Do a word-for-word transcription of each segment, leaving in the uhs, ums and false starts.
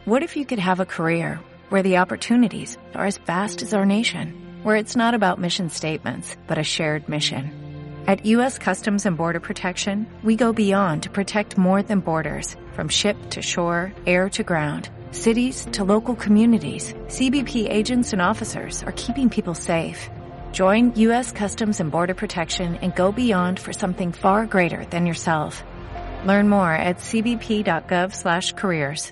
What if you could have a career where the opportunities are as vast as our nation, where it's not about mission statements, but a shared mission? At U S Customs and Border Protection, we go beyond to protect more than borders. From ship to shore, air to ground, cities to local communities, C B P agents and officers are keeping people safe. Join U S Customs and Border Protection and go beyond for something far greater than yourself. Learn more at c b p dot gov slash careers.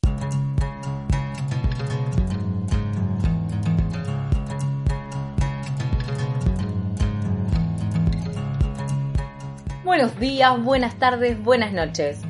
Buenos días, buenas tardes, buenas noches.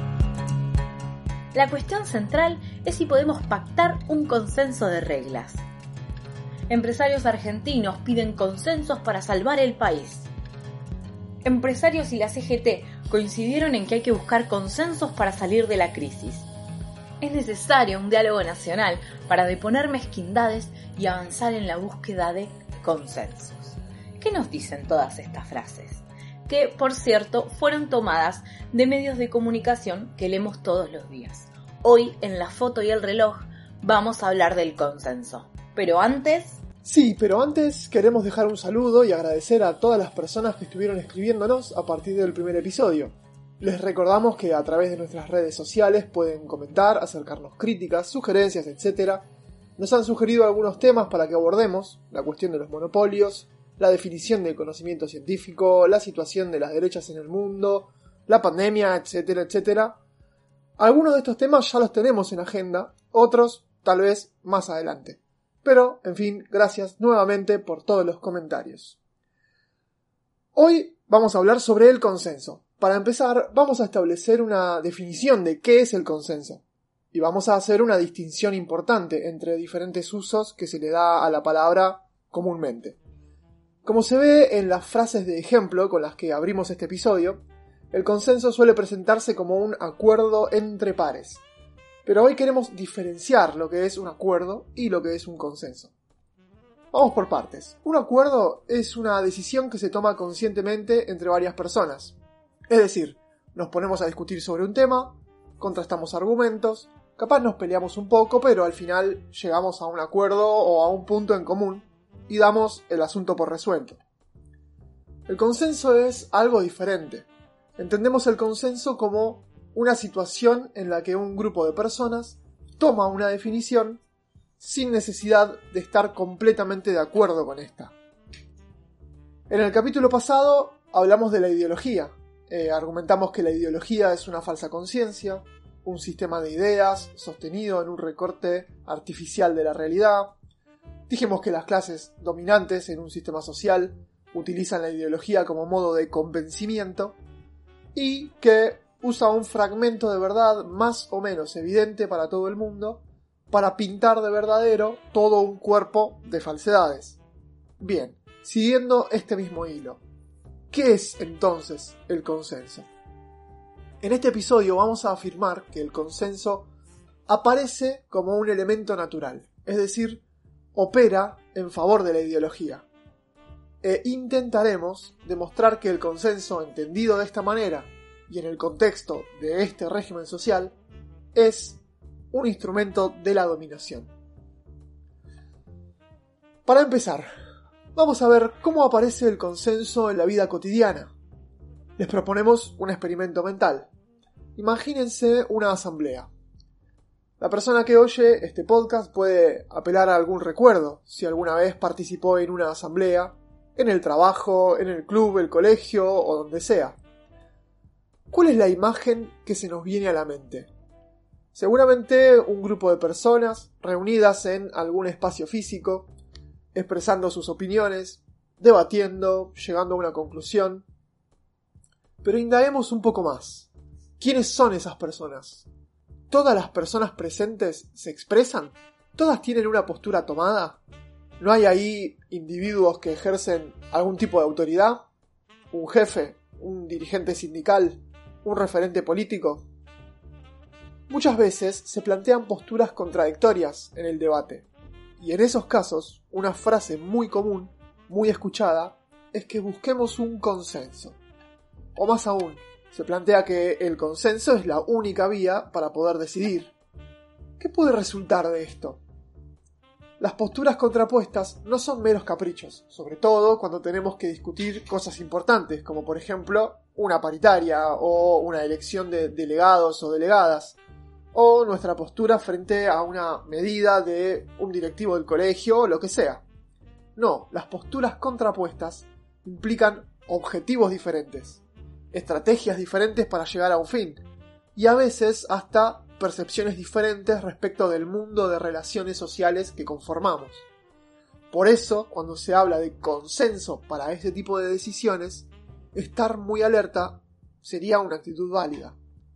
La cuestión central es si podemos pactar un consenso de reglas. Empresarios argentinos piden consensos para salvar el país. Empresarios y la C G T coincidieron en que hay que buscar consensos para salir de la crisis. Es necesario un diálogo nacional para deponer mezquindades y avanzar en la búsqueda de consensos. ¿Qué nos dicen todas estas frases? Que, por cierto, fueron tomadas de medios de comunicación que leemos todos los días. Hoy, en La Foto y el Reloj, vamos a hablar del consenso. Pero antes... Sí, pero antes queremos dejar un saludo y agradecer a todas las personas que estuvieron escribiéndonos a partir del primer episodio. Les recordamos que a través de nuestras redes sociales pueden comentar, acercarnos críticas, sugerencias, etcétera. Nos han sugerido algunos temas para que abordemos: la cuestión de los monopolios, la definición del conocimiento científico, la situación de las derechas en el mundo, la pandemia, etcétera, etcétera. Algunos de estos temas ya los tenemos en agenda, otros tal vez más adelante. Pero, en fin, gracias nuevamente por todos los comentarios. Hoy vamos a hablar sobre el consenso. Para empezar, vamos a establecer una definición de qué es el consenso. Y vamos a hacer una distinción importante entre diferentes usos que se le da a la palabra comúnmente. Como se ve en las frases de ejemplo con las que abrimos este episodio, el consenso suele presentarse como un acuerdo entre pares. Pero hoy queremos diferenciar lo que es un acuerdo y lo que es un consenso. Vamos por partes. Un acuerdo es una decisión que se toma conscientemente entre varias personas. Es decir, nos ponemos a discutir sobre un tema, contrastamos argumentos, capaz nos peleamos un poco, pero al final llegamos a un acuerdo o a un punto en común y damos el asunto por resuelto. El consenso es algo diferente. Entendemos el consenso como una situación en la que un grupo de personas toma una definición sin necesidad de estar completamente de acuerdo con esta. En el capítulo pasado hablamos de la ideología. Eh, argumentamos que la ideología es una falsa conciencia, un sistema de ideas sostenido en un recorte artificial de la realidad. Dijimos que las clases dominantes en un sistema social utilizan la ideología como modo de convencimiento y que usa un fragmento de verdad más o menos evidente para todo el mundo para pintar de verdadero todo un cuerpo de falsedades. Bien, siguiendo este mismo hilo, ¿qué es entonces el consenso? En este episodio vamos a afirmar que el consenso aparece como un elemento natural, es decir, opera en favor de la ideología. E intentaremos demostrar que el consenso, entendido de esta manera y en el contexto de este régimen social, es un instrumento de la dominación. Para empezar, vamos a ver cómo aparece el consenso en la vida cotidiana. Les proponemos un experimento mental. Imagínense una asamblea. La persona que oye este podcast puede apelar a algún recuerdo, si alguna vez participó en una asamblea, en el trabajo, en el club, el colegio o donde sea. ¿Cuál es la imagen que se nos viene a la mente? Seguramente un grupo de personas reunidas en algún espacio físico, expresando sus opiniones, debatiendo, llegando a una conclusión. Pero indaguemos un poco más. ¿Quiénes son esas personas? ¿Todas las personas presentes se expresan? ¿Todas tienen una postura tomada? ¿No hay ahí individuos que ejercen algún tipo de autoridad? ¿Un jefe? ¿Un dirigente sindical? ¿Un referente político? Muchas veces se plantean posturas contradictorias en el debate. Y en esos casos, una frase muy común, muy escuchada, es que busquemos un consenso. O más aún, se plantea que el consenso es la única vía para poder decidir. ¿Qué puede resultar de esto? Las posturas contrapuestas no son meros caprichos, sobre todo cuando tenemos que discutir cosas importantes, como por ejemplo una paritaria o una elección de delegados o delegadas, o nuestra postura frente a una medida de un directivo del colegio o lo que sea. No, las posturas contrapuestas implican objetivos diferentes, estrategias diferentes para llegar a un fin, y a veces hasta percepciones diferentes respecto del mundo de relaciones sociales que conformamos. Por eso, cuando se habla de consenso para ese tipo de decisiones, estar muy alerta sería una actitud válida.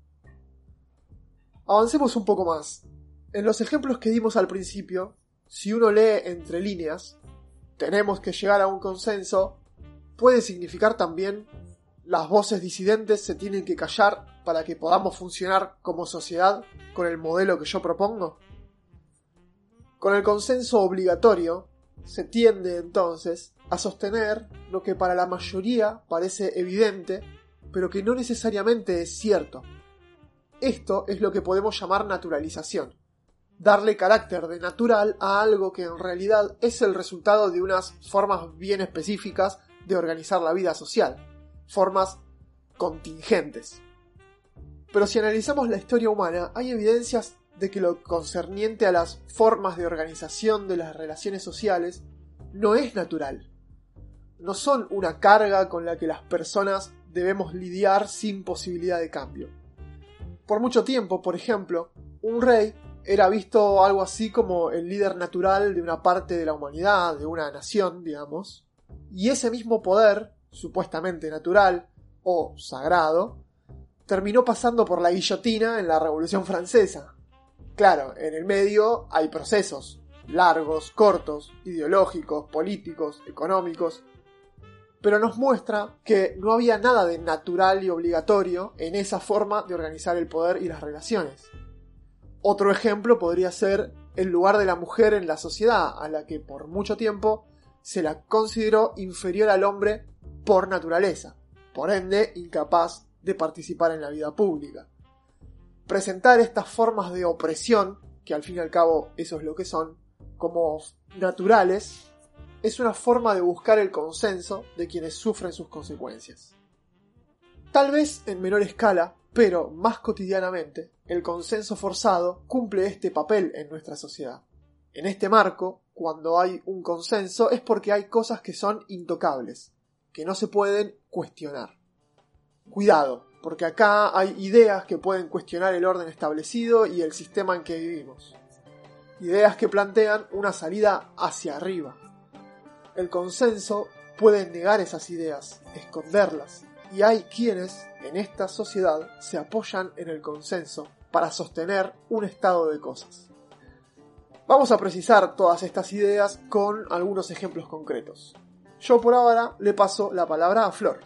Avancemos un poco más. En los ejemplos que dimos al principio, si uno lee entre líneas, tenemos que llegar a un consenso, puede significar también las voces disidentes se tienen que callar para que podamos funcionar como sociedad con el modelo que yo propongo. Con el consenso obligatorio, se tiende entonces a sostener lo que para la mayoría parece evidente, pero que no necesariamente es cierto. Esto es lo que podemos llamar naturalización, darle carácter de natural a algo que en realidad es el resultado de unas formas bien específicas de organizar la vida social, formas contingentes. Pero si analizamos la historia humana, hay evidencias de que lo concerniente a las formas de organización de las relaciones sociales no es natural. No son una carga con la que las personas debemos lidiar sin posibilidad de cambio. Por mucho tiempo, por ejemplo, un rey era visto algo así como el líder natural de una parte de la humanidad, de una nación, digamos, y ese mismo poder, supuestamente natural o sagrado, terminó pasando por la guillotina en la Revolución Francesa. Claro, en el medio hay procesos, largos, cortos, ideológicos, políticos, económicos, pero nos muestra que no había nada de natural y obligatorio en esa forma de organizar el poder y las relaciones. Otro ejemplo podría ser el lugar de la mujer en la sociedad, a la que por mucho tiempo se la consideró inferior al hombre por naturaleza, por ende incapaz de participar en la vida pública. Presentar estas formas de opresión, que al fin y al cabo eso es lo que son, como naturales, es una forma de buscar el consenso de quienes sufren sus consecuencias. Tal vez en menor escala, pero más cotidianamente, el consenso forzado cumple este papel en nuestra sociedad. En este marco, cuando hay un consenso es porque hay cosas que son intocables, que no se pueden cuestionar. Cuidado, porque acá hay ideas que pueden cuestionar el orden establecido y el sistema en que vivimos. Ideas que plantean una salida hacia arriba. El consenso puede negar esas ideas, esconderlas, y hay quienes, en esta sociedad, se apoyan en el consenso para sostener un estado de cosas. Vamos a precisar todas estas ideas con algunos ejemplos concretos. Yo por ahora le paso la palabra a Flor.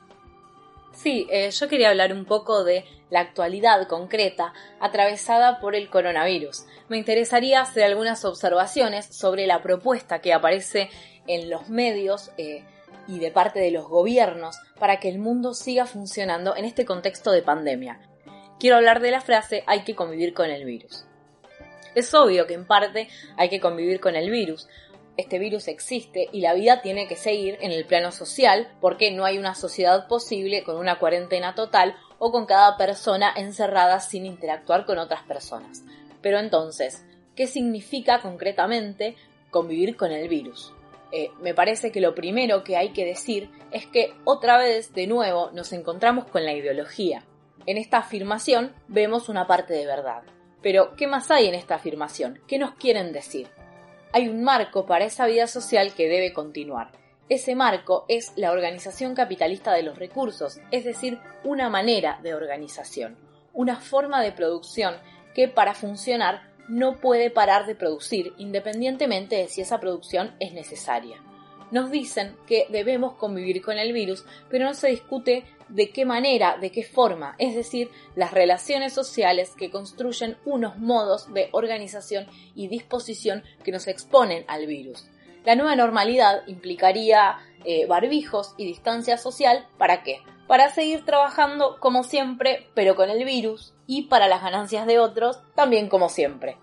Sí, eh, yo quería hablar un poco de la actualidad concreta atravesada por el coronavirus. Me interesaría hacer algunas observaciones sobre la propuesta que aparece en los medios eh, y de parte de los gobiernos para que el mundo siga funcionando en este contexto de pandemia. Quiero hablar de la frase "hay que convivir con el virus". Es obvio que en parte hay que convivir con el virus. Este virus existe y la vida tiene que seguir en el plano social porque no hay una sociedad posible con una cuarentena total o con cada persona encerrada sin interactuar con otras personas. Pero entonces, ¿qué significa concretamente convivir con el virus? Eh, me parece que lo primero que hay que decir es que otra vez, de nuevo, nos encontramos con la ideología. En esta afirmación vemos una parte de verdad. Pero, ¿qué más hay en esta afirmación? ¿Qué nos quieren decir? Hay un marco para esa vida social que debe continuar. Ese marco es la organización capitalista de los recursos, es decir, una manera de organización, una forma de producción que para funcionar no puede parar de producir independientemente de si esa producción es necesaria. Nos dicen que debemos convivir con el virus, pero no se discute de qué manera, de qué forma, es decir, las relaciones sociales que construyen unos modos de organización y disposición que nos exponen al virus. La nueva normalidad implicaría eh, barbijos y distancia social, ¿para qué? Para seguir trabajando como siempre, pero con el virus, y para las ganancias de otros, también como siempre.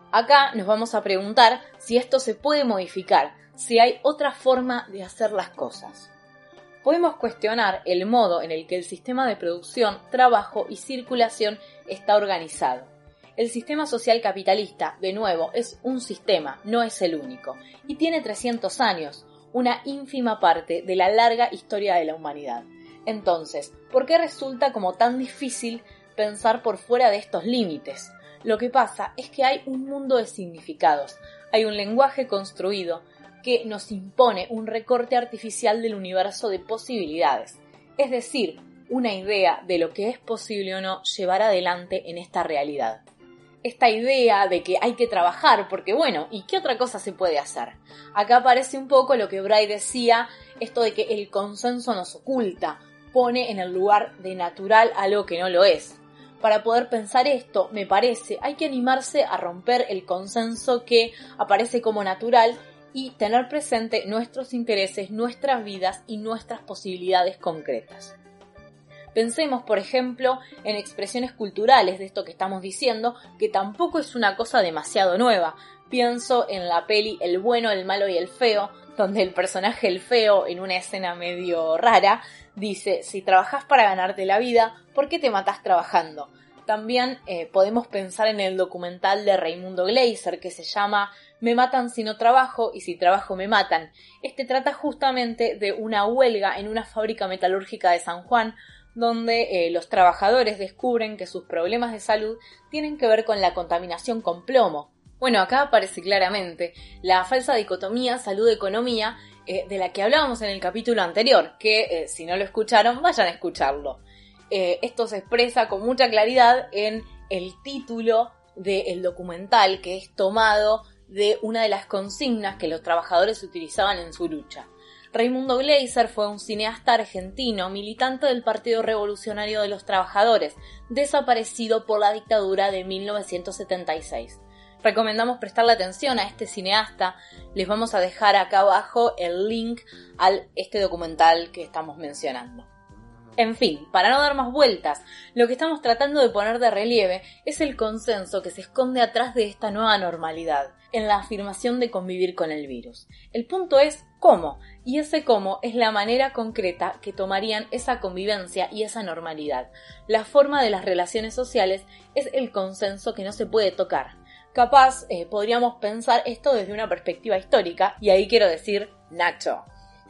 Acá nos vamos a preguntar si esto se puede modificar, si hay otra forma de hacer las cosas. Podemos cuestionar el modo en el que el sistema de producción, trabajo y circulación está organizado. El sistema social capitalista, de nuevo, es un sistema, no es el único, y tiene trescientos años, una ínfima parte de la larga historia de la humanidad. Entonces, ¿por qué resulta como tan difícil pensar por fuera de estos límites? Lo que pasa es que hay un mundo de significados, hay un lenguaje construido que nos impone un recorte artificial del universo de posibilidades, es decir, una idea de lo que es posible o no llevar adelante en esta realidad. Esta idea de que hay que trabajar, porque bueno, ¿y qué otra cosa se puede hacer? Acá aparece un poco lo que Bray decía, esto de que el consenso nos oculta, pone en el lugar de natural algo que no lo es. Para poder pensar esto, me parece, hay que animarse a romper el consenso que aparece como natural y tener presente nuestros intereses, nuestras vidas y nuestras posibilidades concretas. Pensemos, por ejemplo, en expresiones culturales de esto que estamos diciendo, que tampoco es una cosa demasiado nueva. Pienso en la peli El bueno, el malo y el feo, donde el personaje el feo, en una escena medio rara, dice: si trabajás para ganarte la vida, ¿por qué te matás trabajando? También eh, podemos pensar en el documental de Raimundo Gleiser que se llama Me matan si no trabajo y si trabajo me matan. Este trata justamente de una huelga en una fábrica metalúrgica de San Juan, donde eh, los trabajadores descubren que sus problemas de salud tienen que ver con la contaminación con plomo. Bueno, acá aparece claramente la falsa dicotomía salud-economía eh, de la que hablábamos en el capítulo anterior, que eh, si no lo escucharon, vayan a escucharlo. Eh, esto se expresa con mucha claridad en el título del documental, que es tomado de una de las consignas que los trabajadores utilizaban en su lucha. Raimundo Gleiser fue un cineasta argentino, militante del Partido Revolucionario de los Trabajadores, desaparecido por la dictadura de mil novecientos setenta y seis. Recomendamos prestarle atención a este cineasta. Les vamos a dejar acá abajo el link a este documental que estamos mencionando. En fin, para no dar más vueltas, lo que estamos tratando de poner de relieve es el consenso que se esconde atrás de esta nueva normalidad, en la afirmación de convivir con el virus. El punto es cómo, y ese cómo es la manera concreta que tomarían esa convivencia y esa normalidad. La forma de las relaciones sociales es el consenso que no se puede tocar. Capaz eh, podríamos pensar esto desde una perspectiva histórica, y ahí quiero decir Nacho.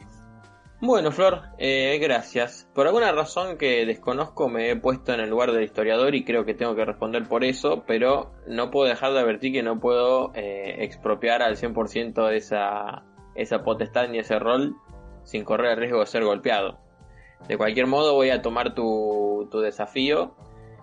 Bueno, Flor, eh, gracias. Por alguna razón que desconozco me he puesto en el lugar del historiador y creo que tengo que responder por eso, pero no puedo dejar de advertir que no puedo eh, expropiar al cien por ciento de esa, esa potestad ni ese rol sin correr el riesgo de ser golpeado. De cualquier modo voy a tomar tu, tu desafío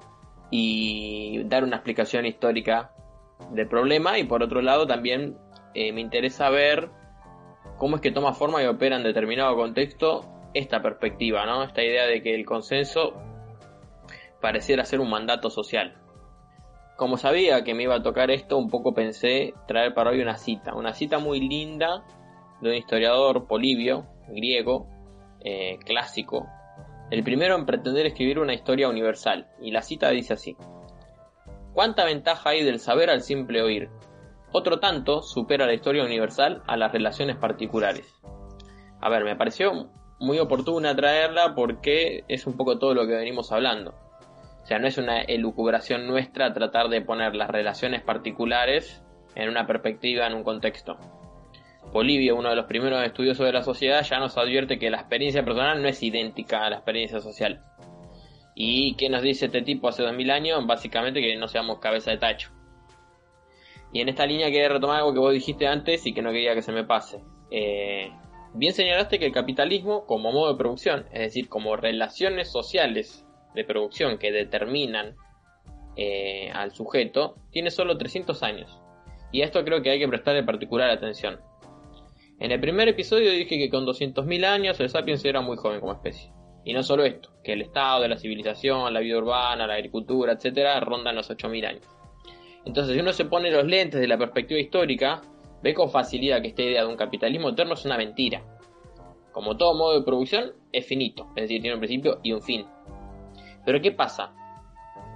y dar una explicación histórica del problema, y por otro lado también eh, me interesa ver cómo es que toma forma y opera en determinado contexto esta perspectiva, ¿no? Esta idea de que el consenso pareciera ser un mandato social. Como sabía que me iba a tocar esto, un poco pensé traer para hoy una cita, una cita muy linda de un historiador Polibio, griego, eh, clásico, el primero en pretender escribir una historia universal, y la cita dice así: ¿cuánta ventaja hay del saber al simple oír? Otro tanto supera la historia universal a las relaciones particulares. A ver, me pareció muy oportuna traerla porque es un poco todo lo que venimos hablando. O sea, no es una elucubración nuestra tratar de poner las relaciones particulares en una perspectiva, en un contexto. Polibio, uno de los primeros estudiosos de la sociedad, ya nos advierte que la experiencia personal no es idéntica a la experiencia social. ¿Y qué nos dice este tipo hace dos mil años? Básicamente que no seamos cabeza de tacho. Y en esta línea quería retomar algo que vos dijiste antes y que no quería que se me pase. Eh, bien señalaste que el capitalismo, como modo de producción, es decir, como relaciones sociales de producción que determinan eh, al sujeto, tiene solo trescientos años. Y a esto creo que hay que prestarle particular atención. En el primer episodio dije que con doscientos mil años el sapiens era muy joven como especie. Y no solo esto, que el estado de la civilización, la vida urbana, la agricultura, etcétera, rondan los ocho mil años. Entonces, si uno se pone los lentes de la perspectiva histórica, ve con facilidad que esta idea de un capitalismo eterno es una mentira. Como todo modo de producción, es finito, es decir, tiene un principio y un fin. Pero ¿qué pasa?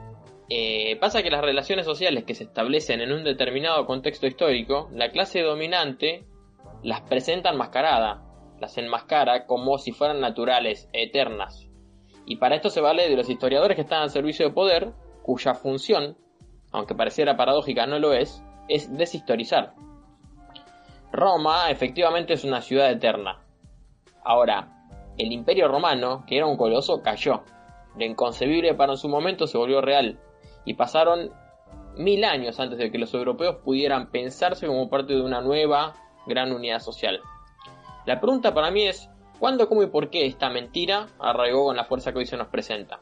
Eh, pasa que las relaciones sociales que se establecen en un determinado contexto histórico, la clase dominante las presenta enmascaradas, las enmascara como si fueran naturales, eternas. Y para esto se vale de los historiadores que están al servicio de poder, cuya función, aunque pareciera paradójica no lo es, es deshistorizar. Roma efectivamente es una ciudad eterna. Ahora, el Imperio Romano, que era un coloso, cayó. Lo inconcebible para su momento se volvió real. Y pasaron mil años antes de que los europeos pudieran pensarse como parte de una nueva gran unidad social. La pregunta para mí es, ¿cuándo, cómo y por qué esta mentira arraigó con la fuerza que hoy se nos presenta?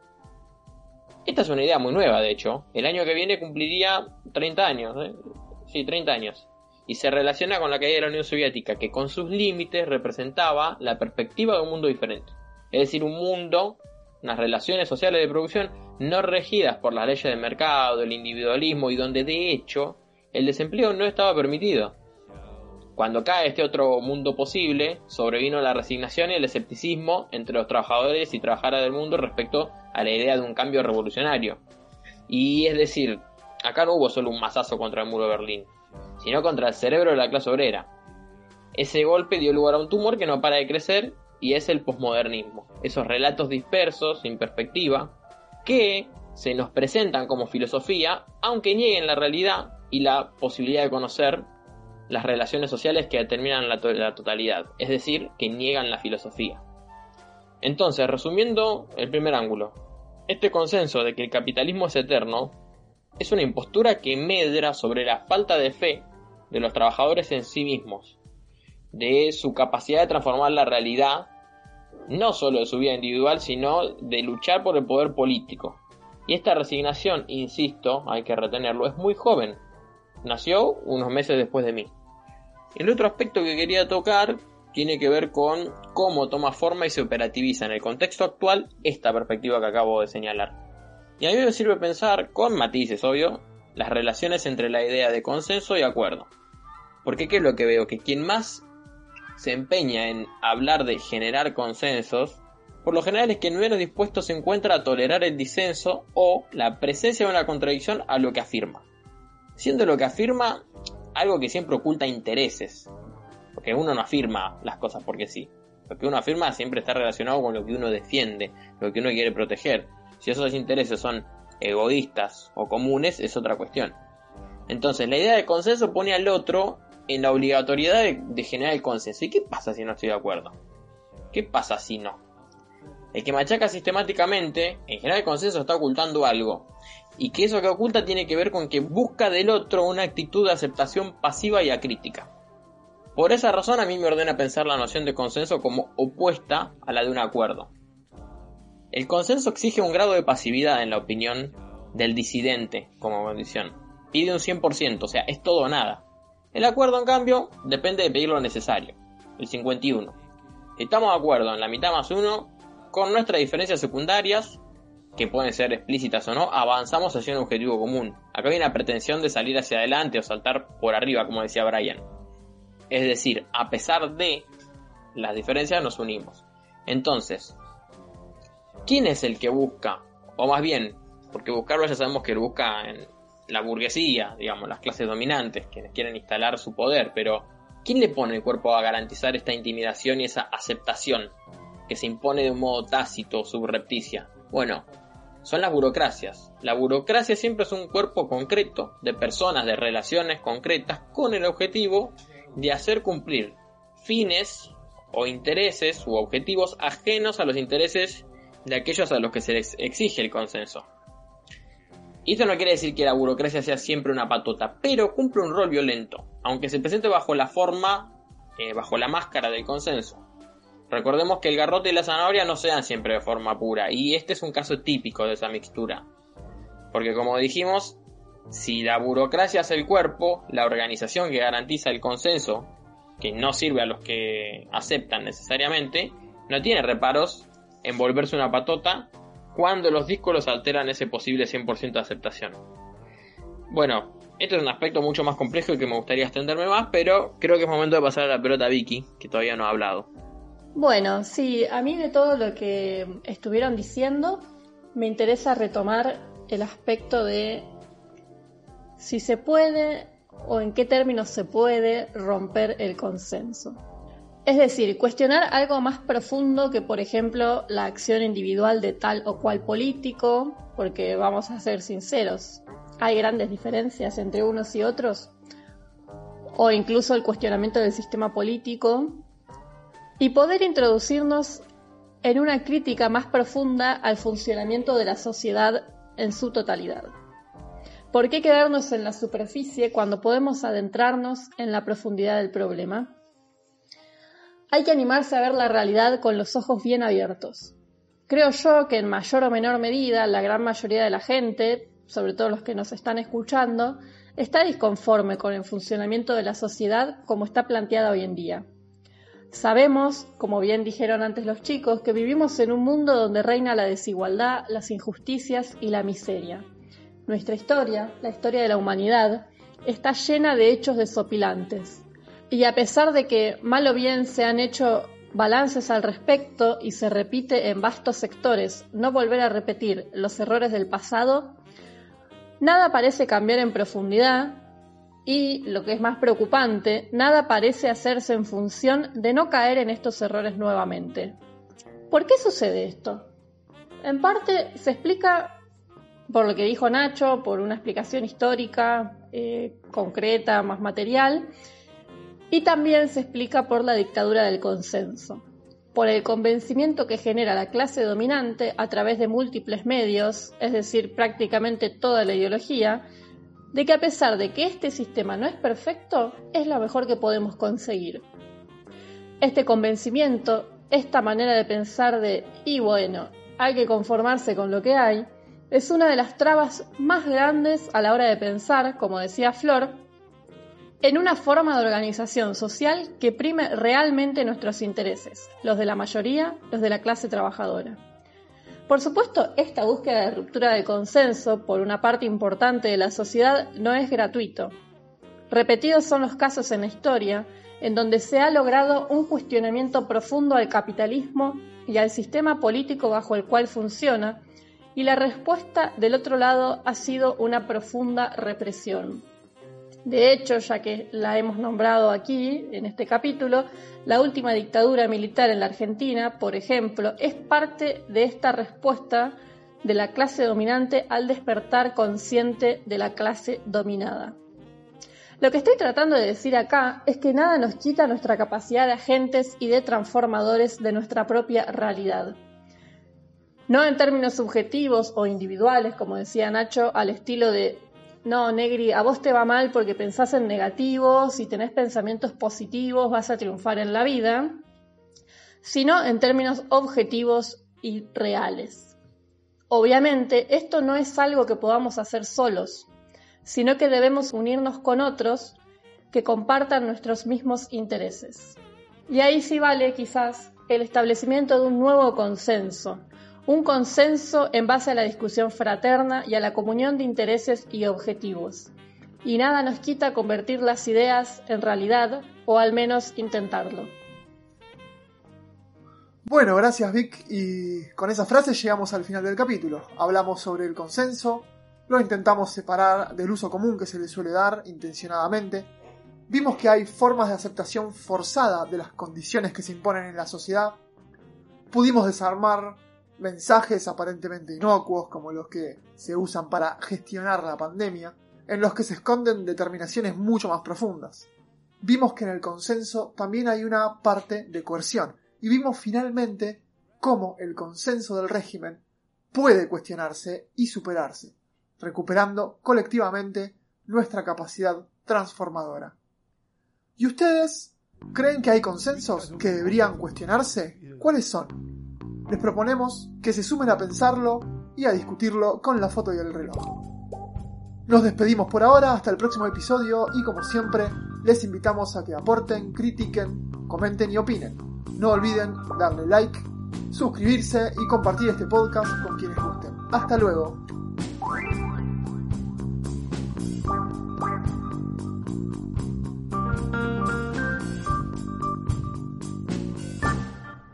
Esta es una idea muy nueva, de hecho. El año que viene cumpliría treinta años. ¿eh? Sí, treinta años. Y se relaciona con la caída de la Unión Soviética, que con sus límites representaba la perspectiva de un mundo diferente. Es decir, un mundo, unas relaciones sociales de producción no regidas por las leyes del mercado, el individualismo, y donde de hecho el desempleo no estaba permitido. Cuando cae este otro mundo posible, sobrevino la resignación y el escepticismo entre los trabajadores y trabajadoras del mundo respecto a la idea de un cambio revolucionario. Y es decir, acá no hubo solo un mazazo contra el muro de Berlín, sino contra el cerebro de la clase obrera. Ese golpe dio lugar a un tumor que no para de crecer y es el posmodernismo. Esos relatos dispersos, sin perspectiva, que se nos presentan como filosofía, aunque nieguen la realidad y la posibilidad de conocer las relaciones sociales que determinan la, to- la totalidad, es decir, que niegan la filosofía. Entonces, resumiendo el primer ángulo, este consenso de que el capitalismo es eterno es una impostura que medra sobre la falta de fe de los trabajadores en sí mismos, de su capacidad de transformar la realidad, no solo de su vida individual, sino de luchar por el poder político. Y esta resignación, insisto, hay que retenerlo, es muy joven. Nació unos meses después de mí. El otro aspecto que quería tocar tiene que ver con cómo toma forma y se operativiza en el contexto actual esta perspectiva que acabo de señalar. Y a mí me sirve pensar, con matices obvio, las relaciones entre la idea de consenso y acuerdo. Porque ¿qué es lo que veo? Que quien más se empeña en hablar de generar consensos, por lo general es quien menos dispuesto se encuentra a tolerar el disenso o la presencia de una contradicción a lo que afirma. Siendo lo que afirma algo que siempre oculta intereses, porque uno no afirma las cosas porque sí. Lo que uno afirma siempre está relacionado con lo que uno defiende, lo que uno quiere proteger. Si esos intereses son egoístas o comunes, es otra cuestión. Entonces, la idea de consenso pone al otro en la obligatoriedad de, de generar el consenso. ¿Y qué pasa si no estoy de acuerdo? ¿Qué pasa si no? El que machaca sistemáticamente, en general el consenso está ocultando algo. Y que eso que oculta tiene que ver con que busca del otro una actitud de aceptación pasiva y acrítica. Por esa razón a mí me ordena pensar la noción de consenso como opuesta a la de un acuerdo. El consenso exige un grado de pasividad en la opinión del disidente como condición. Pide un cien por ciento, o sea, es todo o nada. El acuerdo, en cambio, depende de pedir lo necesario, el cincuenta y uno. Si estamos de acuerdo en la mitad más uno, con nuestras diferencias secundarias, que pueden ser explícitas o no, avanzamos hacia un objetivo común. Acá hay una pretensión de salir hacia adelante o saltar por arriba, como decía Brian. Es decir, a pesar de las diferencias nos unimos. Entonces, ¿quién es el que busca? O más bien, porque buscarlo ya sabemos que lo busca en la burguesía, digamos, las clases dominantes, quienes quieren instalar su poder, pero ¿quién le pone el cuerpo a garantizar esta intimidación y esa aceptación que se impone de un modo tácito, subrepticia? Bueno, son las burocracias. La burocracia siempre es un cuerpo concreto de personas, de relaciones concretas con el objetivo de hacer cumplir fines o intereses u objetivos ajenos a los intereses de aquellos a los que se les exige el consenso. Y esto no quiere decir que la burocracia sea siempre una patota, pero cumple un rol violento, aunque se presente bajo la forma, eh, bajo la máscara del consenso. Recordemos que el garrote y la zanahoria no se dan siempre de forma pura, y este es un caso típico de esa mixtura. Porque como dijimos, si la burocracia es el cuerpo, la organización que garantiza el consenso, que no sirve a los que aceptan necesariamente, no tiene reparos en volverse una patota cuando los díscolos alteran ese posible cien por ciento de aceptación. Bueno, esto es un aspecto mucho más complejo y que me gustaría extenderme más, pero creo que es momento de pasar a la pelota a Vicky, que todavía no ha hablado. Bueno, sí, a mí de todo lo que estuvieron diciendo me interesa retomar el aspecto de si se puede o en qué términos se puede romper el consenso. Es decir, cuestionar algo más profundo que, por ejemplo, la acción individual de tal o cual político, porque vamos a ser sinceros, hay grandes diferencias entre unos y otros, o incluso el cuestionamiento del sistema político, y poder introducirnos en una crítica más profunda al funcionamiento de la sociedad en su totalidad. ¿Por qué quedarnos en la superficie cuando podemos adentrarnos en la profundidad del problema? Hay que animarse a ver la realidad con los ojos bien abiertos. Creo yo que en mayor o menor medida la gran mayoría de la gente, sobre todo los que nos están escuchando, está disconforme con el funcionamiento de la sociedad como está planteada hoy en día. Sabemos, como bien dijeron antes los chicos, que vivimos en un mundo donde reina la desigualdad, las injusticias y la miseria. Nuestra historia, la historia de la humanidad, está llena de hechos desopilantes. Y a pesar de que mal o bien se han hecho balances al respecto y se repite en vastos sectores no volver a repetir los errores del pasado, nada parece cambiar en profundidad y, lo que es más preocupante, nada parece hacerse en función de no caer en estos errores nuevamente. ¿Por qué sucede esto? En parte se explica por lo que dijo Nacho, por una explicación histórica, eh, concreta, más material, y también se explica por la dictadura del consenso, por el convencimiento que genera la clase dominante a través de múltiples medios, es decir, prácticamente toda la ideología, de que a pesar de que este sistema no es perfecto, es lo mejor que podemos conseguir. Este convencimiento, esta manera de pensar de, y bueno, hay que conformarse con lo que hay, es una de las trabas más grandes a la hora de pensar, como decía Flor, en una forma de organización social que prime realmente nuestros intereses, los de la mayoría, los de la clase trabajadora. Por supuesto, esta búsqueda de ruptura del consenso por una parte importante de la sociedad no es gratuito. Repetidos son los casos en la historia en donde se ha logrado un cuestionamiento profundo al capitalismo y al sistema político bajo el cual funciona, y la respuesta del otro lado ha sido una profunda represión. De hecho, ya que la hemos nombrado aquí, en este capítulo, la última dictadura militar en la Argentina, por ejemplo, es parte de esta respuesta de la clase dominante al despertar consciente de la clase dominada. Lo que estoy tratando de decir acá es que nada nos quita nuestra capacidad de agentes y de transformadores de nuestra propia realidad. No en términos subjetivos o individuales, como decía Nacho, al estilo de no, Negri, a vos te va mal porque pensás en negativo, si tenés pensamientos positivos vas a triunfar en la vida, sino en términos objetivos y reales. Obviamente, esto no es algo que podamos hacer solos, sino que debemos unirnos con otros que compartan nuestros mismos intereses. Y ahí sí vale quizás el establecimiento de un nuevo consenso, un consenso en base a la discusión fraterna y a la comunión de intereses y objetivos. Y nada nos quita convertir las ideas en realidad, o al menos intentarlo. Bueno, gracias Vic, y con esa frase llegamos al final del capítulo. Hablamos sobre el consenso, lo intentamos separar del uso común que se le suele dar intencionadamente. Vimos que hay formas de aceptación forzada de las condiciones que se imponen en la sociedad. Pudimos desarmar mensajes aparentemente inocuos como los que se usan para gestionar la pandemia, en los que se esconden determinaciones mucho más profundas. Vimos que en el consenso también hay una parte de coerción, y vimos finalmente cómo el consenso del régimen puede cuestionarse y superarse, recuperando colectivamente nuestra capacidad transformadora. ¿Y ustedes creen que hay consensos que deberían cuestionarse? ¿Cuáles son? Les proponemos que se sumen a pensarlo y a discutirlo con la foto y el reloj. Nos despedimos por ahora, hasta el próximo episodio y como siempre, les invitamos a que aporten, critiquen, comenten y opinen. No olviden darle like, suscribirse y compartir este podcast con quienes gusten. Hasta luego.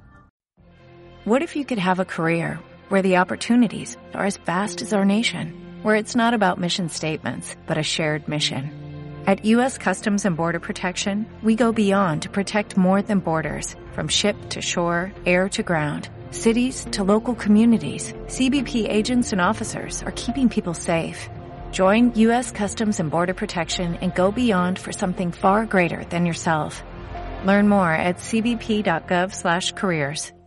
What if you could have a career where the opportunities are as vast as our nation, where it's not about mission statements, but a shared mission. At U S Customs and Border Protection, we go beyond to protect more than borders. From ship to shore, air to ground, cities to local communities, C B P agents and officers are keeping people safe. Join U S Customs and Border Protection and go beyond for something far greater than yourself. Learn more at c b p dot gov slash careers.